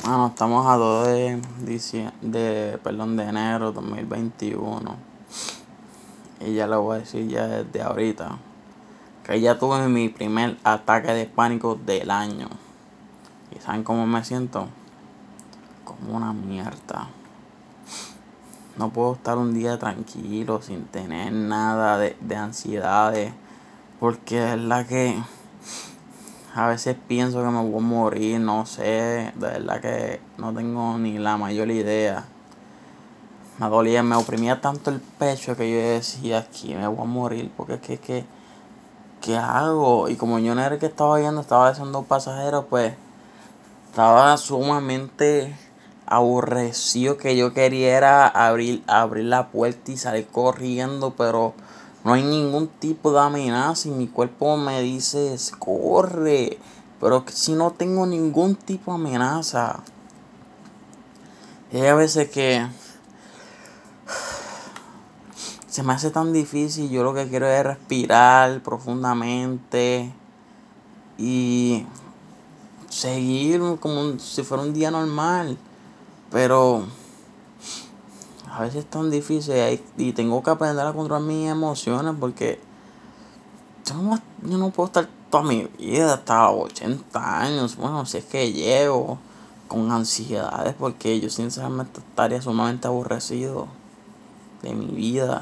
Bueno, estamos a 2 de enero 2021. Y ya lo voy a decir ya desde ahorita. Que ya tuve mi primer ataque de pánico del año. ¿Y saben cómo me siento? Como una mierda. No puedo estar un día tranquilo sin tener nada de ansiedades. Porque es la que a veces pienso que me voy a morir, no sé. De verdad que no tengo ni la mayor idea. Me dolía, me oprimía tanto el pecho que yo decía, aquí me voy a morir, porque es que, ¿qué hago? Y como yo no era el que estaba yendo, estaba haciendo pasajeros, pues estaba sumamente aborrecido, que yo quería era abrir la puerta y salir corriendo, pero no hay ningún tipo de amenaza y mi cuerpo me dice, corre, pero si no tengo ningún tipo de amenaza. Y hay a veces que se me hace tan difícil. Yo lo que quiero es respirar profundamente y seguir como si fuera un día normal. Pero a veces es tan difícil y tengo que aprender a controlar mis emociones porque yo no puedo estar toda mi vida hasta 80 años. Bueno, si es que llego con ansiedades porque yo sinceramente estaría sumamente aborrecido de mi vida.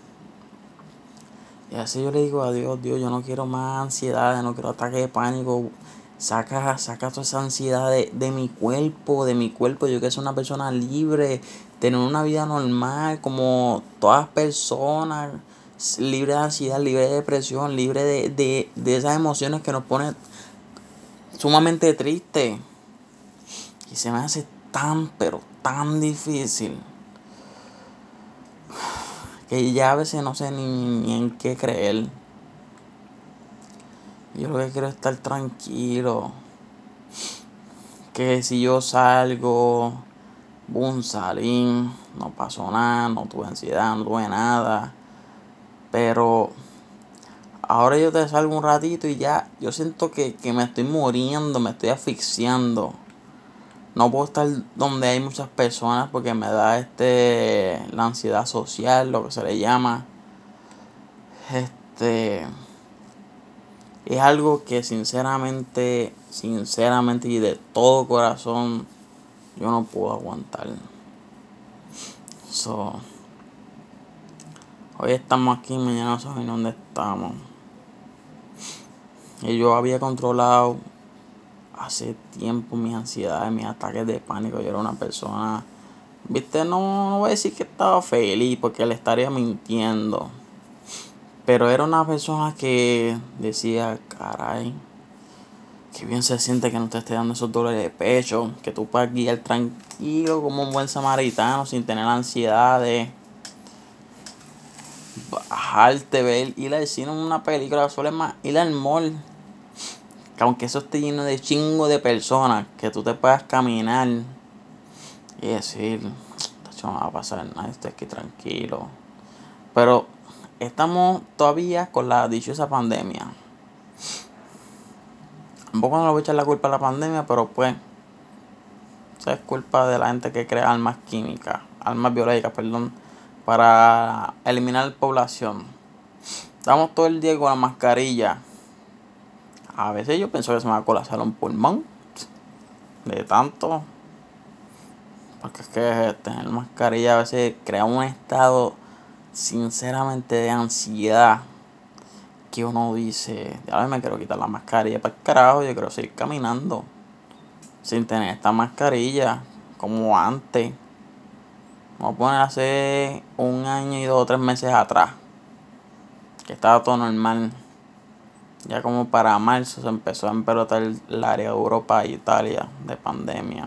Y así yo le digo a Dios, Dios, yo no quiero más ansiedad, no quiero ataque de pánico. Saca toda esa ansiedad de mi cuerpo, de mi cuerpo. Yo quiero ser una persona libre, tener una vida normal, como todas las personas, libre de ansiedad, libre de depresión, libre de esas emociones que nos ponen sumamente tristes. Y se me hace tan, pero tan difícil, que ya a veces no sé ni en qué creer. Yo lo que quiero es estar tranquilo. Que si yo salgo, boom, salí, no pasó nada, no tuve ansiedad, no tuve nada. Pero ahora yo te salgo un ratito y ya yo siento que me estoy muriendo, me estoy asfixiando. No puedo estar donde hay muchas personas porque me da la ansiedad social, lo que se le llama. Este es algo que sinceramente y de todo corazón yo no puedo aguantar. So, hoy estamos aquí, mañana no sabemos dónde estamos. Y yo había controlado hace tiempo mis ansiedades, mis ataques de pánico. Yo era una persona, viste, no voy a decir que estaba feliz porque le estaría mintiendo. Pero era una persona que decía, caray, qué bien se siente que no te esté dando esos dolores de pecho, que tú puedas guiar tranquilo como un buen samaritano sin tener ansiedades. Bajarte, ver, ir al cine en una película, solo es más ir al mall. Que aunque eso esté lleno de chingo de personas, que tú te puedas caminar y decir, no va a pasar nada, estoy aquí tranquilo. Pero estamos todavía con la dichosa pandemia. Un poco no le voy a echar la culpa a la pandemia, pero pues, eso es culpa de la gente que crea armas biológicas, perdón, para eliminar población. Estamos todo el día con la mascarilla. A veces yo pienso que se me va a colapsar un pulmón de tanto. Porque es que tener mascarilla a veces crea un estado, sinceramente, de ansiedad. Que uno dice, ya me quiero quitar la mascarilla para el carajo, yo quiero seguir caminando. Sin tener esta mascarilla, como antes. Vamos a poner hace un año y 2 o 3 meses atrás. Que estaba todo normal. Ya como para marzo se empezó a empelotar el área de Europa e Italia de pandemia.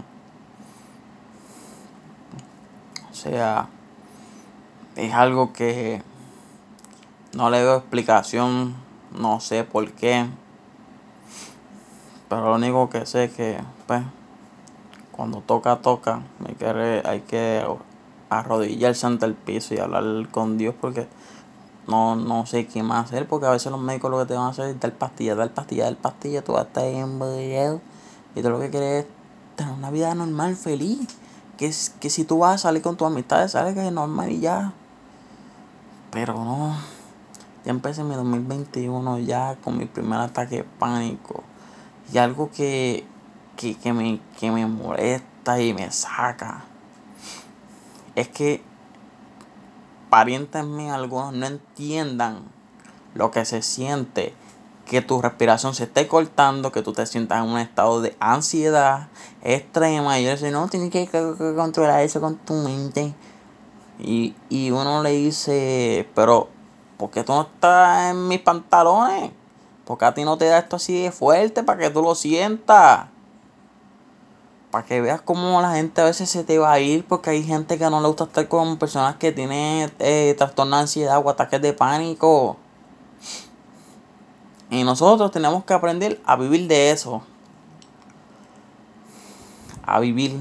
O sea, es algo que no le doy explicación, no sé por qué. Pero lo único que sé es que, pues, cuando toca, hay que arrodillarse ante el piso y hablar con Dios porque no sé qué más hacer. Porque a veces los médicos lo que te van a hacer es dar pastillas, tú vas a estar embollado y tú lo que quieres es tener una vida normal, feliz. Que si tú vas a salir con tus amistades, sales que es normal y ya. Pero no. Ya empecé mi 2021 ya con mi primer ataque de pánico. Y algo que me molesta y me saca es que parientes míos algunos no entiendan lo que se siente, que tu respiración se esté cortando, que tú te sientas en un estado de ansiedad extrema. Y yo decía, no, tienes que controlar eso con tu mente. Y uno le dice, pero ¿por qué tú no estás en mis pantalones? ¿Por qué a ti no te da esto así de fuerte para que tú lo sientas? Para que veas cómo la gente a veces se te va a ir, porque hay gente que no le gusta estar con personas que tienen trastorno de ansiedad o ataques de pánico. Y nosotros tenemos que aprender a vivir de eso. A vivir.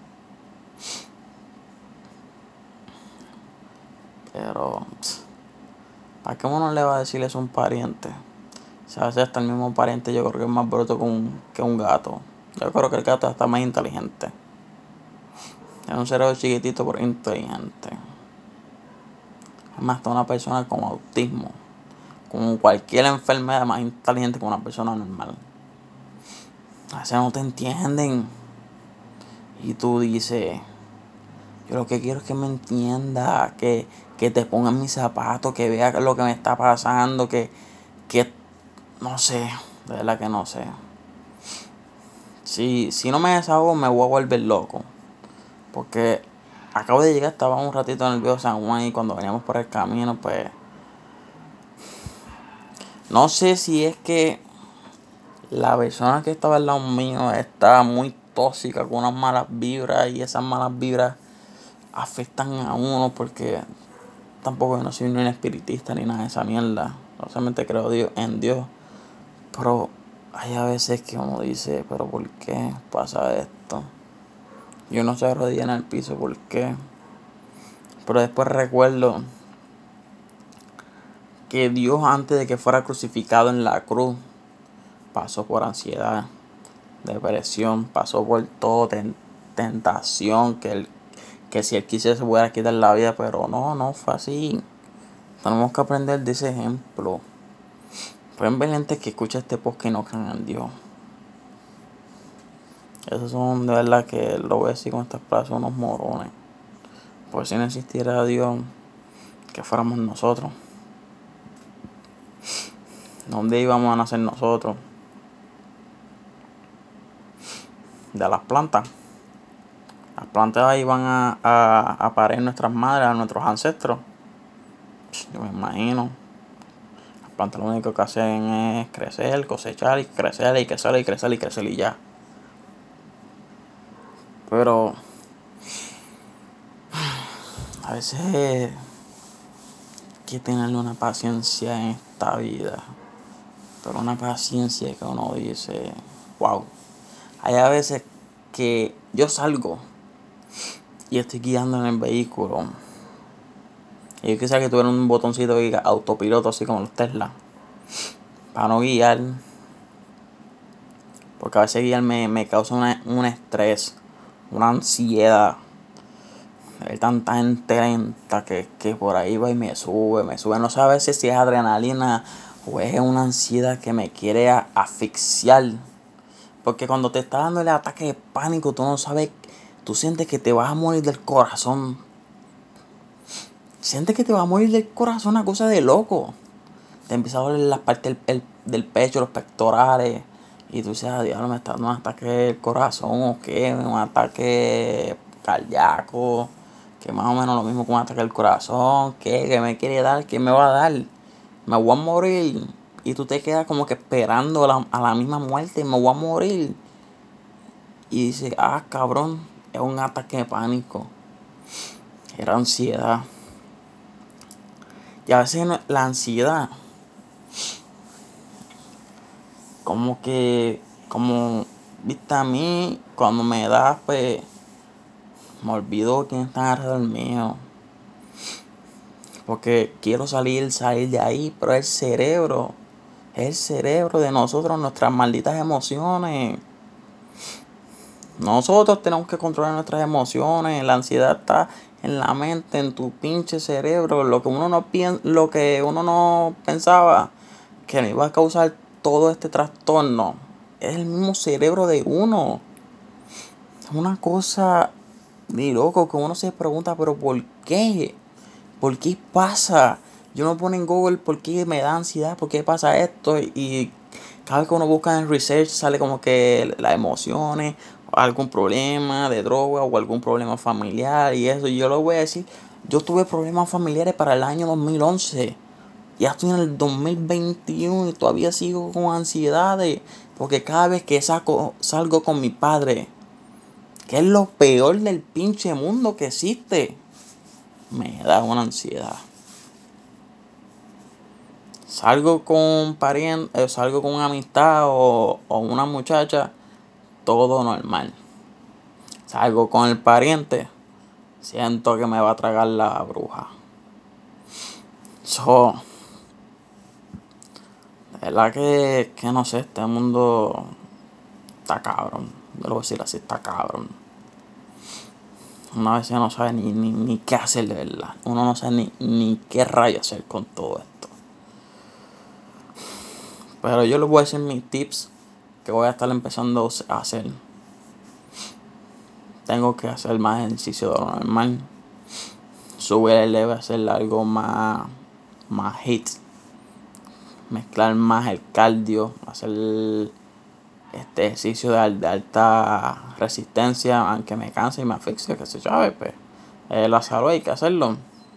Pero, ¿para qué uno le va a decir eso a un pariente? Si a veces hasta el mismo pariente yo creo que es más bruto que un gato. Yo creo que el gato está más inteligente. Es un cerebro chiquitito pero inteligente. Es más, hasta una persona con autismo, con cualquier enfermedad, más inteligente que una persona normal. A veces no te entienden. Y tú dices, yo lo que quiero es que me entienda, que te ponga en mis zapatos, que vea lo que me está pasando, que no sé, de verdad que no sé. Si no me desahogo me voy a volver loco. Porque acabo de llegar, estaba un ratito en el viejo San Juan y cuando veníamos por el camino, pues no sé si es que la persona que estaba al lado mío está muy tóxica con unas malas vibras y esas malas vibras afectan a uno porque tampoco yo no soy ni un espiritista ni nada de esa mierda. Solamente creo en Dios. Pero hay a veces que uno dice, pero ¿por qué pasa esto? Y uno se arrodilla en el piso, ¿por qué? Pero después recuerdo que Dios antes de que fuera crucificado en la cruz pasó por ansiedad, depresión, pasó por todo, tentación, que si él quisiera se pudiera quitar la vida, pero no fue así. Tenemos que aprender de ese ejemplo. Pueden ver gente que escucha este podcast y no creen en Dios. Esos son de verdad que lo voy a decir con estas palabras, unos morones. Pues si no existiera Dios, que fuéramos nosotros. ¿Dónde íbamos a nacer nosotros? De las plantas. Las plantas ahí van a parir nuestras madres, a nuestros ancestros. Yo me imagino. Las plantas lo único que hacen es crecer, cosechar y crecer y crecer y crecer y crecer y ya. Pero a veces hay que tenerle una paciencia en esta vida. Pero una paciencia que uno dice, wow. Hay a veces que yo salgo y estoy guiando en el vehículo. Y yo quisiera que tuviera un botoncito que diga autopiloto, así como los Tesla. Para no guiar. Porque a veces guiar me causa un estrés, una ansiedad. Hay tanta gente lenta que por ahí va y me sube. No sé a veces si es adrenalina o es una ansiedad que me quiere asfixiar. Porque cuando te está dando el ataque de pánico, tú no sabes, tú sientes que te vas a morir del corazón. Sientes que te vas a morir del corazón, una cosa de loco. Te empieza a doler las partes del pecho, los pectorales. Y tú dices, diablo, me está dando un ataque del corazón o qué, un ataque cardíaco, que más o menos lo mismo que un ataque del corazón, que me quiere dar, que me va a dar, me voy a morir. Y tú te quedas como que esperando a la misma muerte, me voy a morir. Y dices, cabrón, es un ataque de pánico, era ansiedad. Y a veces la ansiedad como, viste, a mí, cuando me da, pues, me olvido quién está alrededor mío. Porque quiero salir de ahí, pero es el cerebro de nosotros, nuestras malditas emociones. Nosotros tenemos que controlar nuestras emociones. La ansiedad está en la mente, en tu pinche cerebro. Lo que uno no pensaba que me iba a causar todo este trastorno es el mismo cerebro de uno. Es una cosa de loco que uno se pregunta, pero ¿por qué? ¿Por qué pasa? Yo no pongo en Google por qué me da ansiedad, por qué pasa esto. Y cada vez que uno busca en research sale como que las emociones, algún problema de droga o algún problema familiar y eso. Y yo lo voy a decir, yo tuve problemas familiares para el año 2011. Ya estoy en el 2021 y todavía sigo con ansiedades. Porque cada vez que salgo con mi padre, que es lo peor del pinche mundo que existe, me da una ansiedad. Salgo con parientes, salgo con una amistad o una muchacha, todo normal. Salgo con el pariente, siento que me va a tragar la bruja. So, de verdad que no sé, este mundo está cabrón. Yo lo voy a decir así, está cabrón. Una vez ya no sabe ni qué hacer de verdad. Uno no sabe ni qué rayo hacer con todo esto. Pero yo les voy a decir mis tips que voy a estar empezando a hacer. Tengo que hacer más ejercicio de lo normal. Subir el leve, hacer algo más hit. Mezclar más el cardio. Hacer este ejercicio de alta resistencia. Aunque me canse y me asfixie, que se sabe, pues. La salud hay que hacerlo.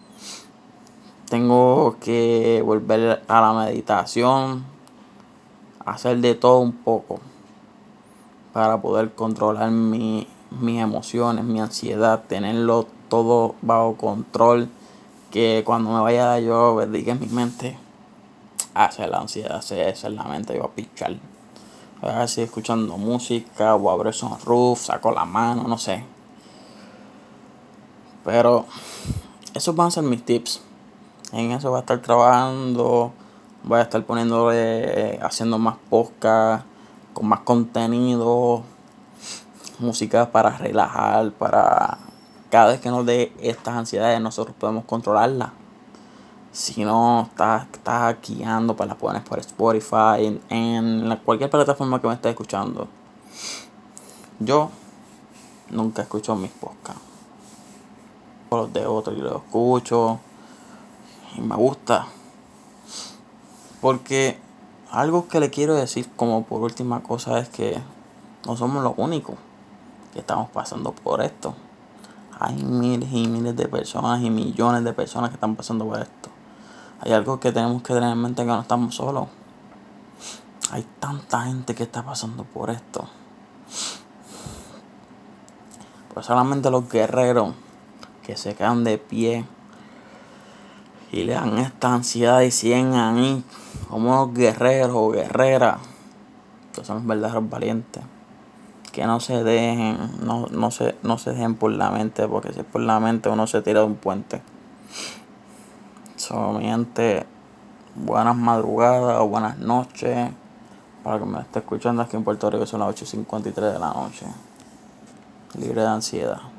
Tengo que volver a la meditación. Hacer de todo un poco. Para poder controlar mis emociones, mi ansiedad, tenerlo todo bajo control, que cuando me vaya a dar yo diga en mi mente, hace la ansiedad, hace eso en la mente, yo voy a pichar. Voy a seguir escuchando música, o abro esos roof, saco la mano, no sé. Pero esos van a ser mis tips. En eso voy a estar trabajando, voy a estar haciendo más podcast, con más contenido, música para relajar, para cada vez que nos dé estas ansiedades nosotros podemos controlarlas. Si no estás guiando, pues las pones por Spotify, en cualquier plataforma que me estés escuchando. Yo nunca escucho mis podcasts. Los de otros yo los escucho y me gusta. Porque algo que le quiero decir como por última cosa es que no somos los únicos que estamos pasando por esto. Hay miles y miles de personas y millones de personas que están pasando por esto. Hay algo que tenemos que tener en mente, que no estamos solos. Hay tanta gente que está pasando por esto. Pues solamente los guerreros que se quedan de pie y le dan esta ansiedad y siguen ahí como unos guerreros o guerreras, que son los verdaderos valientes. Que no se dejen, no se dejen por la mente, porque si es por la mente uno se tira de un puente. Mi gente, buenas madrugadas o buenas noches. Para que me esté escuchando aquí en Puerto Rico son las 8:53 de la noche. Libre de ansiedad.